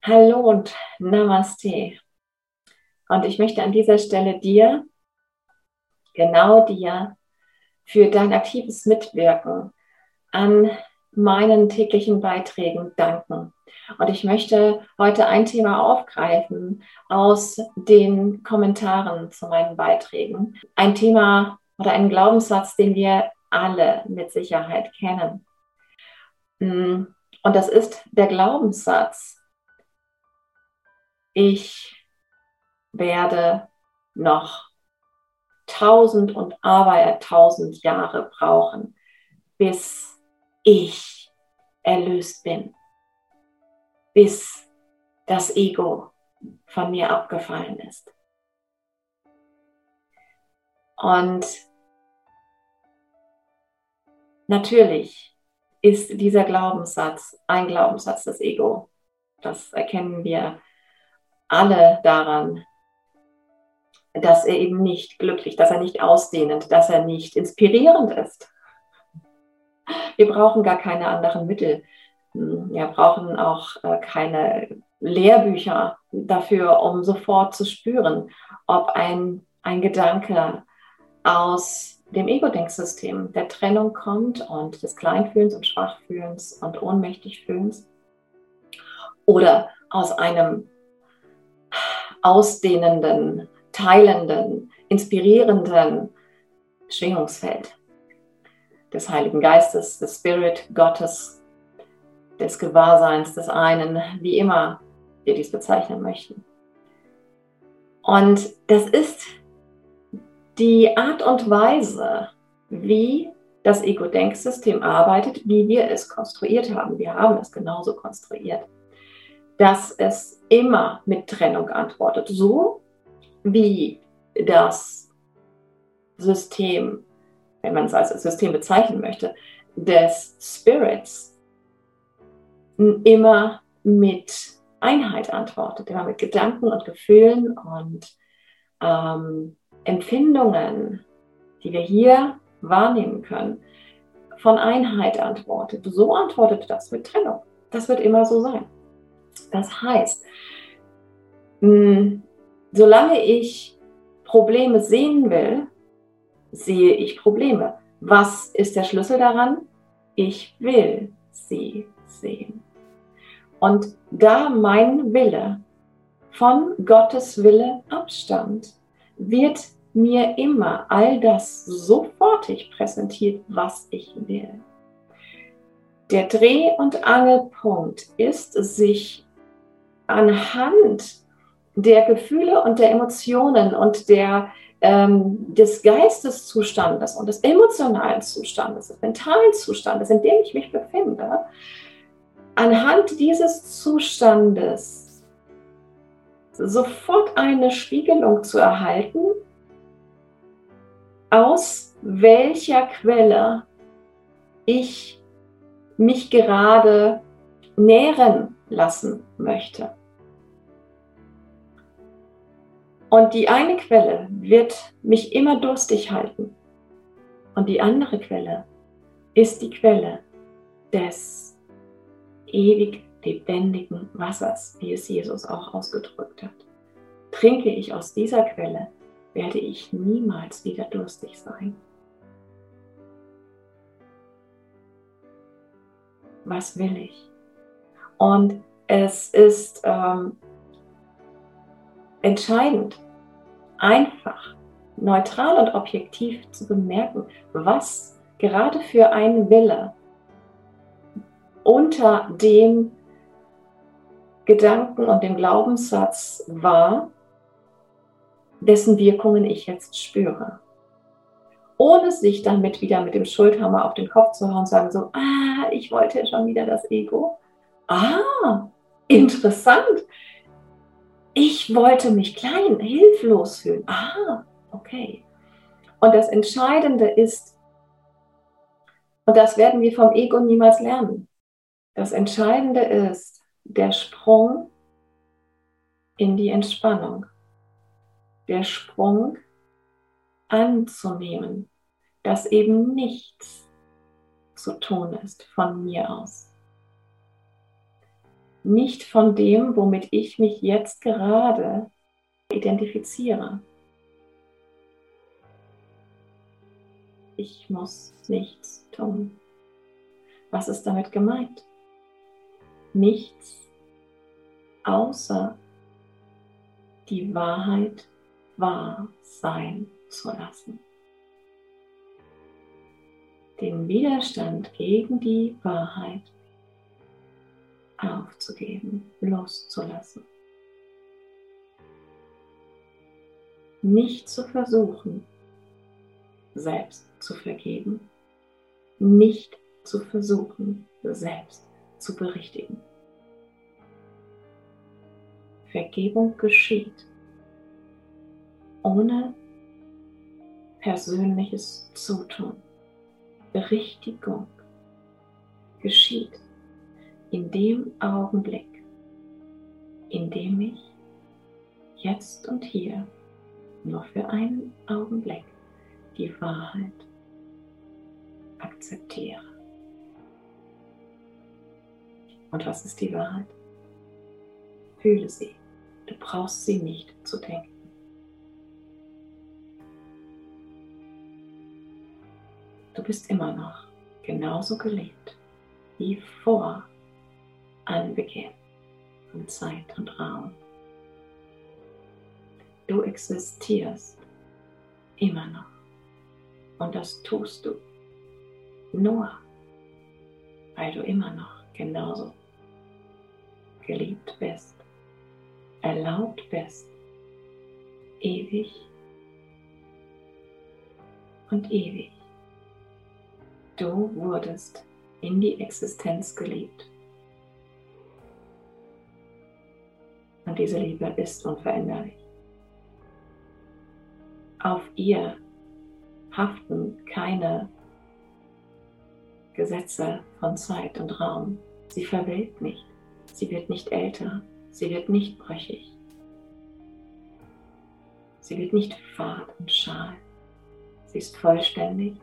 Hallo und Namaste. Und ich möchte an dieser Stelle dir, genau dir, für dein aktives Mitwirken an meinen täglichen Beiträgen danken. Und ich möchte heute ein Thema aufgreifen aus den Kommentaren zu meinen Beiträgen. Ein Thema oder einen Glaubenssatz, den wir alle mit Sicherheit kennen. Und das ist der Glaubenssatz: Ich werde noch 1000 und abertausend Jahre brauchen, bis ich erlöst bin, bis das Ego von mir abgefallen ist. Und natürlich ist dieser Glaubenssatz ein Glaubenssatz des Ego. Das erkennen wir alle daran, dass er eben nicht glücklich, dass er nicht ausdehnend, dass er nicht inspirierend ist. Wir brauchen gar keine anderen Mittel. Wir brauchen auch keine Lehrbücher dafür, um sofort zu spüren, ob ein Gedanke aus dem Ego-Denksystem der Trennung kommt und des Kleinfühlens und Schwachfühlens und Ohnmächtigfühlens oder aus einem ausdehnenden, teilenden, inspirierenden Schwingungsfeld des Heiligen Geistes, des Spirit Gottes, des Gewahrseins des einen, wie immer wir dies bezeichnen möchten. Und das ist die Art und Weise, wie das Ego-Denksystem arbeitet, wie wir es konstruiert haben. Wir haben es genauso konstruiert, dass es immer mit Trennung antwortet, so wie das System, wenn man es als System bezeichnen möchte, des Spirits immer mit Einheit antwortet, immer mit Gedanken und Gefühlen und Empfindungen, die wir hier wahrnehmen können, von Einheit antwortet. So antwortet das mit Trennung. Das wird immer so sein. Das heißt, solange ich Probleme sehen will, sehe ich Probleme. Was ist der Schlüssel daran? Ich will sie sehen. Und da mein Wille von Gottes Wille abstammt, wird mir immer all das sofortig präsentiert, was ich will. Der Dreh- und Angelpunkt ist, sich anhand der Gefühle und der Emotionen und des Geisteszustandes und des emotionalen Zustandes, des mentalen Zustandes, in dem ich mich befinde, anhand dieses Zustandes sofort eine Spiegelung zu erhalten, aus welcher Quelle ich mich gerade nähren lassen möchte. Und die eine Quelle wird mich immer durstig halten. Und die andere Quelle ist die Quelle des ewig lebendigen Wassers, wie es Jesus auch ausgedrückt hat. Trinke ich aus dieser Quelle, werde ich niemals wieder durstig sein. Was will ich? Und es ist entscheidend, einfach, neutral und objektiv zu bemerken, was gerade für ein Wille unter dem Gedanken und dem Glaubenssatz war, dessen Wirkungen ich jetzt spüre. Ohne sich damit wieder mit dem Schuldhammer auf den Kopf zu hauen und sagen so, ich wollte schon wieder das Ego. Interessant. Ich wollte mich klein, hilflos fühlen. Okay. Und das Entscheidende ist, und das werden wir vom Ego niemals lernen, das Entscheidende ist der Sprung in die Entspannung. Der Sprung anzunehmen, dass eben nichts zu tun ist von mir aus. nicht von dem, womit ich mich jetzt gerade identifiziere. Ich muss nichts tun. Was ist damit gemeint? Nichts außer die Wahrheit wahr sein zu lassen. Den Widerstand gegen die Wahrheit aufzugeben, loszulassen. Nicht zu versuchen, selbst zu vergeben, nicht zu versuchen, selbst zu berichtigen. Vergebung geschieht ohne persönliches Zutun. Berichtigung geschieht in dem Augenblick, in dem ich jetzt und hier nur für einen Augenblick die Wahrheit akzeptiere. Und was ist die Wahrheit? Fühle sie. Du brauchst sie nicht zu denken. Du bist immer noch genauso geliebt wie vor Anbeginn von Zeit und Raum. Du existierst immer noch. Und das tust du nur, weil du immer noch genauso geliebt bist, erlaubt bist, ewig und ewig. Du wurdest in die Existenz geliebt. Und diese Liebe ist unveränderlich. Auf ihr haften keine Gesetze von Zeit und Raum. Sie verwelkt nicht. Sie wird nicht älter. Sie wird nicht brüchig. Sie wird nicht fad und schal. Sie ist vollständig,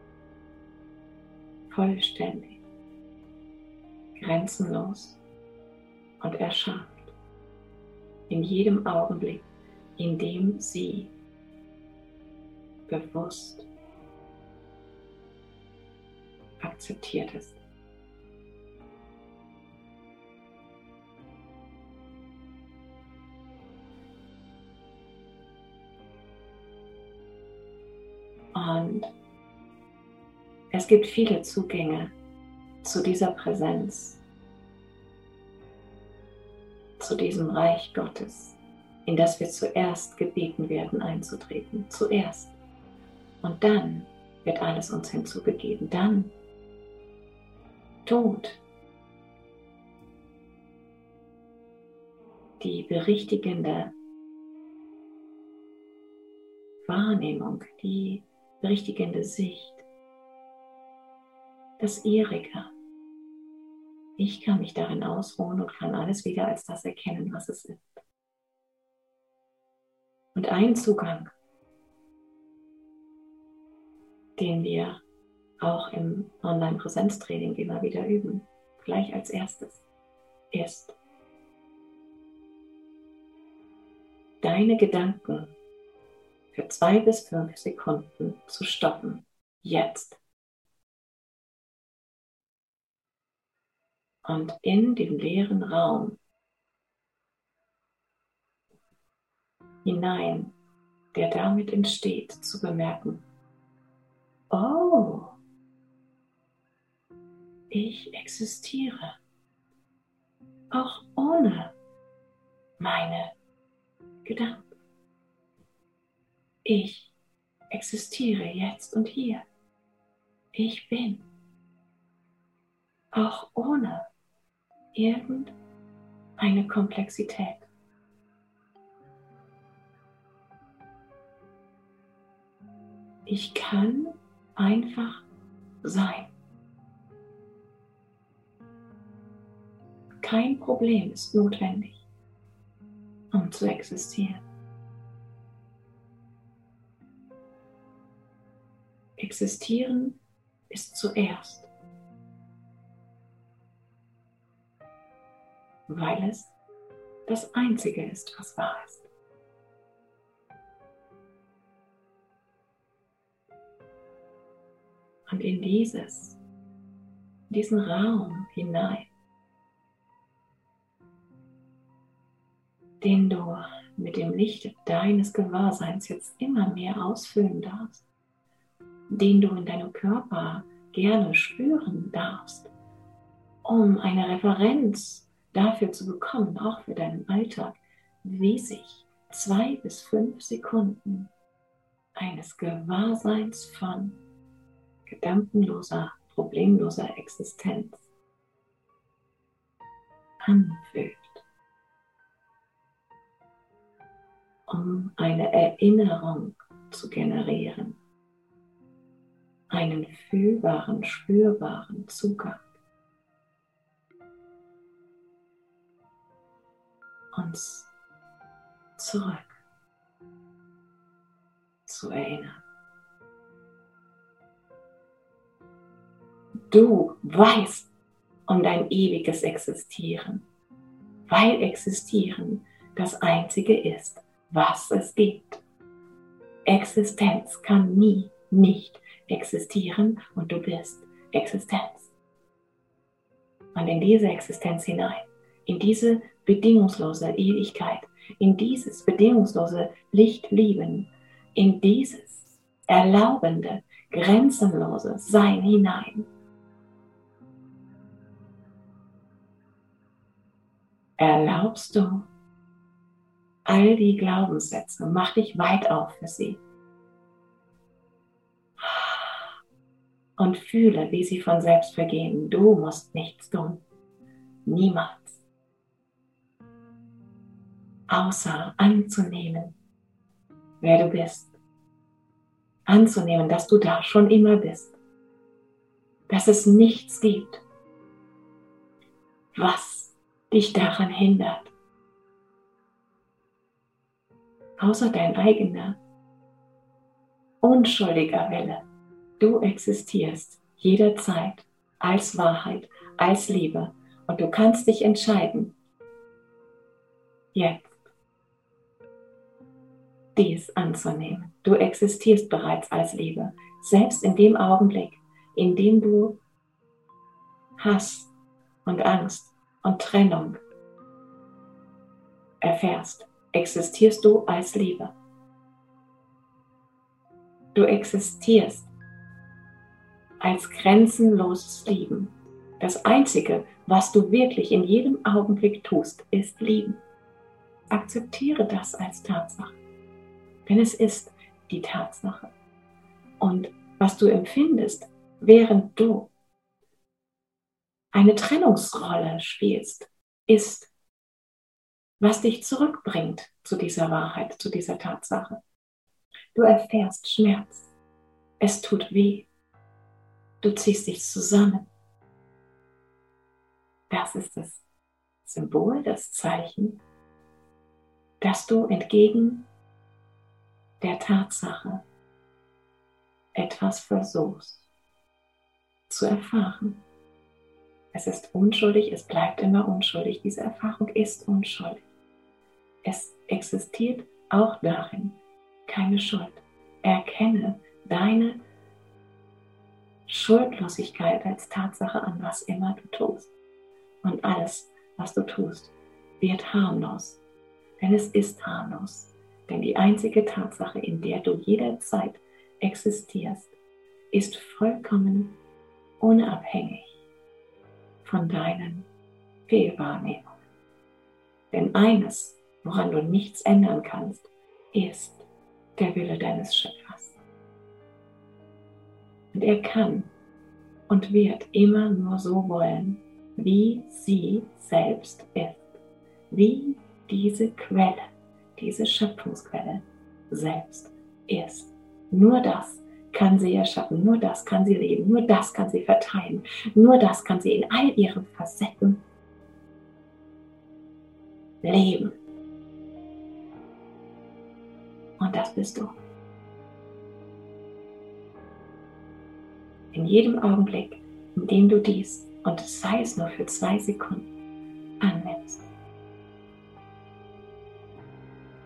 grenzenlos und erschafft in jedem Augenblick, in dem sie bewusst akzeptiert ist. Und es gibt viele Zugänge zu dieser Präsenz, zu diesem Reich Gottes, in das wir zuerst gebeten werden einzutreten. Zuerst. Und dann wird alles uns hinzugegeben. Dann tut die berichtigende Wahrnehmung, die berichtigende Sicht, das Ihrige. Ich kann mich darin ausruhen und kann alles wieder als das erkennen, was es ist. Und ein Zugang, den wir auch im Online-Präsenztraining immer wieder üben, gleich als erstes, ist, deine Gedanken für 2 bis 5 Sekunden zu stoppen. Jetzt. Und in den leeren Raum hinein, der damit entsteht, zu bemerken, oh, ich existiere, auch ohne meine Gedanken. Ich existiere jetzt und hier. Ich bin, auch ohne irgendeine Komplexität. Ich kann einfach sein. Kein Problem ist notwendig, um zu existieren. Existieren ist zuerst. weil es das Einzige ist, was wahr ist. Und in diesen Raum hinein, den du mit dem Licht deines Gewahrseins jetzt immer mehr ausfüllen darfst, den du in deinem Körper gerne spüren darfst, um eine Referenz dafür zu bekommen, auch für deinen Alltag, wie sich 2 bis 5 Sekunden eines Gewahrseins von gedankenloser, problemloser Existenz anfühlt, um eine Erinnerung zu generieren, einen fühlbaren, spürbaren Zugang, uns zurück zu erinnern. Du weißt um dein ewiges Existieren, weil Existieren das Einzige ist, was es gibt. Existenz kann nie nicht existieren und du bist Existenz. Und in diese Existenz hinein, in diese bedingungslose Ewigkeit, in dieses bedingungslose Lichtlieben, in dieses erlaubende, grenzenlose Sein hinein, erlaubst du all die Glaubenssätze, mach dich weit auf für sie und fühle, wie sie von selbst vergehen. Du musst nichts tun, niemals, außer anzunehmen, wer du bist, anzunehmen, dass du da schon immer bist, dass es nichts gibt, was dich daran hindert, außer dein eigener, unschuldiger Wille. Du existierst jederzeit als Wahrheit, als Liebe und du kannst dich entscheiden, jetzt dies anzunehmen. Du existierst bereits als Liebe, selbst in dem Augenblick, in dem du Hass und Angst und Trennung erfährst, existierst du als Liebe. Du existierst als grenzenloses Lieben. Das Einzige, was du wirklich in jedem Augenblick tust, ist lieben. Akzeptiere das als Tatsache, denn es ist die Tatsache. Und was du empfindest, während du eine Trennungsrolle spielst, ist, was dich zurückbringt zu dieser Wahrheit, zu dieser Tatsache. Du erfährst Schmerz. Es tut weh. Du ziehst dich zusammen. Das ist das Symbol, das Zeichen, dass du entgegen der Tatsache etwas versuchst zu erfahren. Es ist unschuldig, es bleibt immer unschuldig. Diese Erfahrung ist unschuldig. Es existiert auch darin keine Schuld. Erkenne deine Schuldlosigkeit als Tatsache an, was immer du tust. Und alles, was du tust, wird harmlos. Denn es ist harmlos. Denn die einzige Tatsache, in der du jederzeit existierst, ist vollkommen unabhängig von deinen Fehlwahrnehmungen. Denn eines, woran du nichts ändern kannst, ist der Wille deines Schöpfers. Und er kann und wird immer nur so wollen, wie sie selbst ist. Wie diese Quelle, diese Schöpfungsquelle selbst ist. Nur das kann sie erschaffen, nur das kann sie leben, nur das kann sie verteilen, nur das kann sie in all ihren Facetten leben. Und das bist du. In jedem Augenblick, in dem du dies, und sei es nur für 2 Sekunden, annimmst,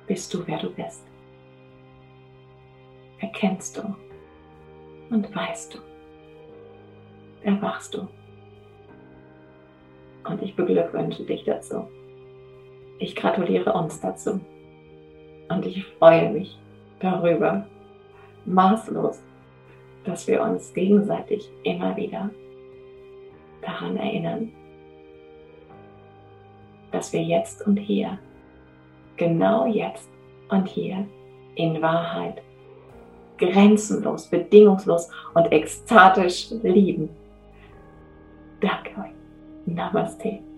bist du, wer du bist. Erkennst du und weißt du. Erwachst du. Und ich beglückwünsche dich dazu. Ich gratuliere uns dazu. Und ich freue mich darüber, maßlos, dass wir uns gegenseitig immer wieder daran erinnern, dass wir jetzt und hier, genau jetzt und hier, in Wahrheit, grenzenlos, bedingungslos und ekstatisch lieben. Danke euch. Namaste.